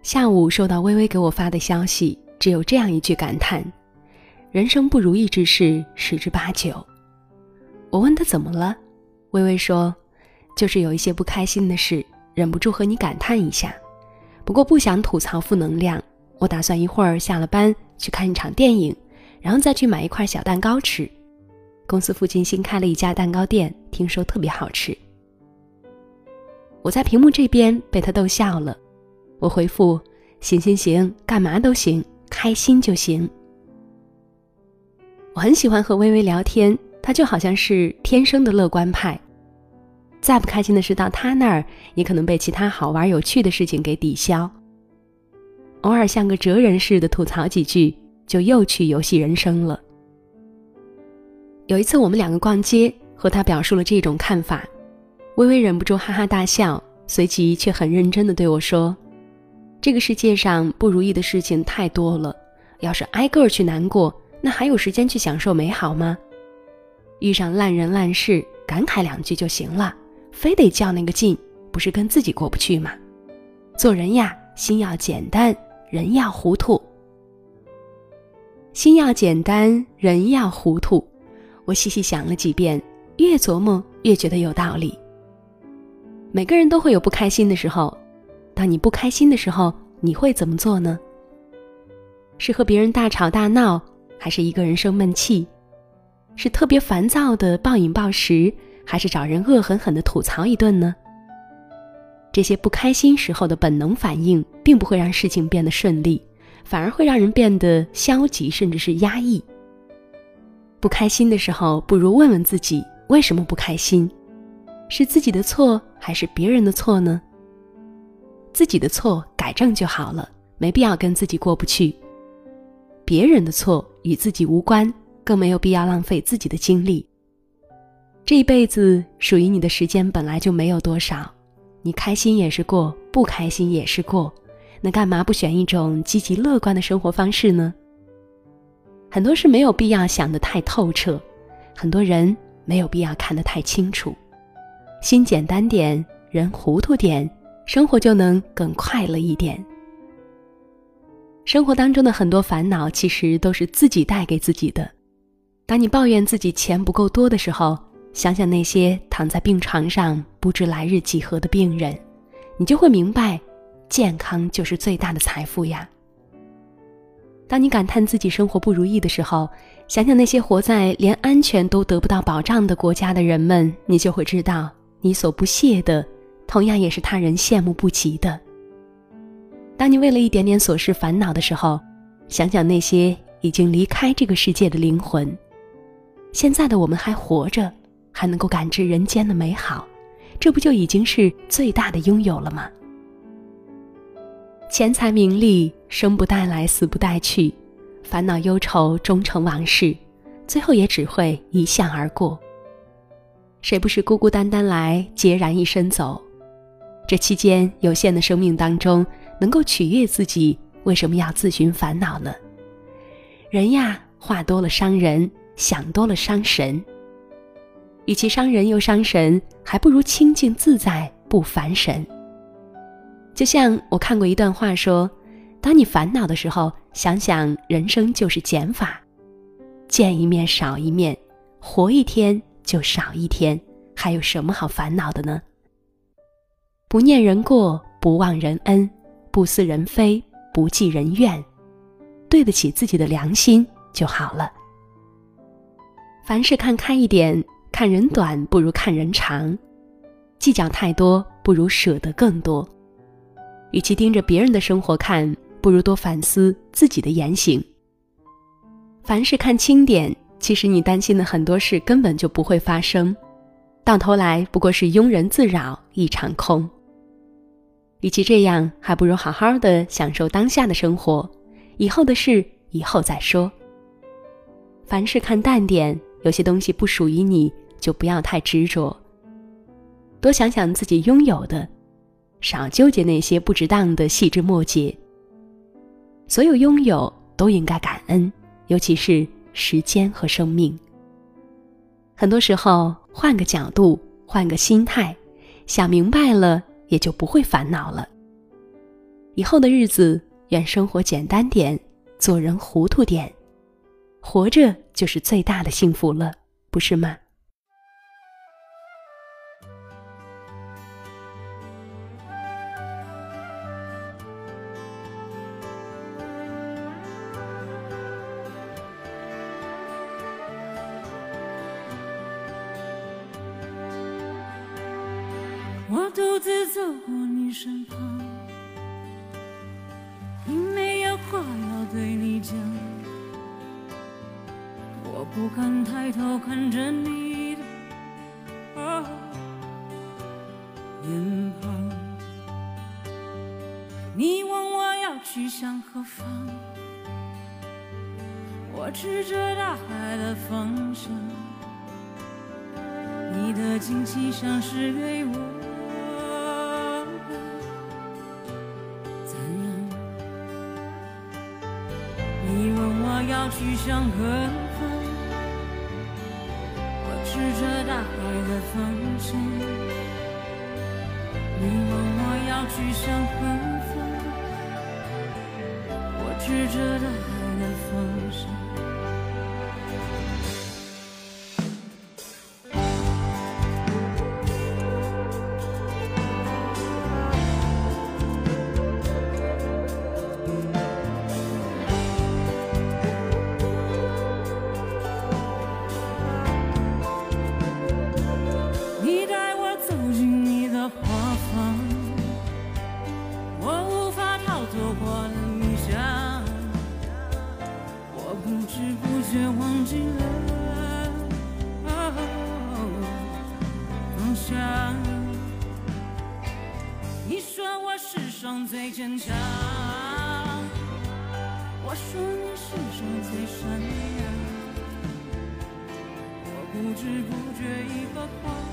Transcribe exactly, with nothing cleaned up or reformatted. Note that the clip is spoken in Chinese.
下午收到微微给我发的消息，只有这样一句感叹：人生不如意之事十之八九。我问他怎么了，微微说，就是有一些不开心的事，忍不住和你感叹一下。不过不想吐槽负能量，我打算一会儿下了班去看一场电影，然后再去买一块小蛋糕吃。公司附近新开了一家蛋糕店，听说特别好吃。我在屏幕这边被他逗笑了，我回复：行行行，干嘛都行，开心就行。我很喜欢和微微聊天，她就好像是天生的乐观派，再不开心的事到她那儿，也可能被其他好玩有趣的事情给抵消。偶尔像个哲人似的吐槽几句，就又去游戏人生了。有一次我们两个逛街，和她表述了这种看法，微微忍不住哈哈大笑，随即却很认真地对我说，这个世界上不如意的事情太多了，要是挨个去难过，那还有时间去享受美好吗？遇上烂人烂事，感慨两句就行了，非得较那个劲，不是跟自己过不去吗？做人呀，心要简单，人要糊涂。心要简单，人要糊涂。我细细想了几遍，越琢磨越觉得有道理。每个人都会有不开心的时候，当你不开心的时候，你会怎么做呢？是和别人大吵大闹，还是一个人生闷气？是特别烦躁的暴饮暴食，还是找人恶狠狠地吐槽一顿呢？这些不开心时候的本能反应，并不会让事情变得顺利，反而会让人变得消极，甚至是压抑。不开心的时候，不如问问自己，为什么不开心？是自己的错，还是别人的错呢？自己的错改正就好了，没必要跟自己过不去。别人的错与自己无关，更没有必要浪费自己的精力。这一辈子属于你的时间本来就没有多少，你开心也是过，不开心也是过，那干嘛不选一种积极乐观的生活方式呢？很多事没有必要想得太透彻，很多人没有必要看得太清楚。心简单点，人糊涂点，生活就能更快乐一点。生活当中的很多烦恼其实都是自己带给自己的。当你抱怨自己钱不够多的时候，想想那些躺在病床上不知来日几何的病人，你就会明白，健康就是最大的财富呀。当你感叹自己生活不如意的时候，想想那些活在连安全都得不到保障的国家的人们，你就会知道，你所不屑的，同样也是他人羡慕不及的。当你为了一点点琐事烦恼的时候，想想那些已经离开这个世界的灵魂。现在的我们还活着，还能够感知人间的美好，这不就已经是最大的拥有了吗？钱财名利，生不带来，死不带去，烦恼忧愁终成往事，最后也只会一笑而过。谁不是孤孤单单来，孑然一身走？这期间有限的生命当中，能够取悦自己，为什么要自寻烦恼呢？人呀，话多了伤人，想多了伤神。与其伤人又伤神，还不如清静自在，不烦神。就像我看过一段话说，当你烦恼的时候，想想人生就是减法，见一面少一面，活一天就少一天，还有什么好烦恼的呢？不念人过，不忘人恩，不思人非，不计人怨，对得起自己的良心就好了。凡事看开一点，看人短不如看人长，计较太多不如舍得更多。与其盯着别人的生活看，不如多反思自己的言行。凡事看轻点，其实你担心的很多事根本就不会发生，到头来不过是庸人自扰一场空。与其这样，还不如好好的享受当下的生活，以后的事以后再说。凡事看淡点，有些东西不属于你，就不要太执着。多想想自己拥有的，少纠结那些不值当的细枝末节。所有拥有都应该感恩，尤其是时间和生命。很多时候，换个角度，换个心态，想明白了，也就不会烦恼了。 以后的日子，愿生活简单点，做人糊涂点，活着就是最大的幸福了，不是吗？ 我独自走过你身旁，你没有话要对你讲，我不敢抬头看着你的、哦、脸庞。你问我要去向何方，我指着大海的方向，你的惊奇像是给我要去向何方，我指着大海的方向。你问我要去向何方，我指着大海的方向。却忘记了、哦、方向。你说我世上最坚强，我说你世上最善良。我不知不觉已和光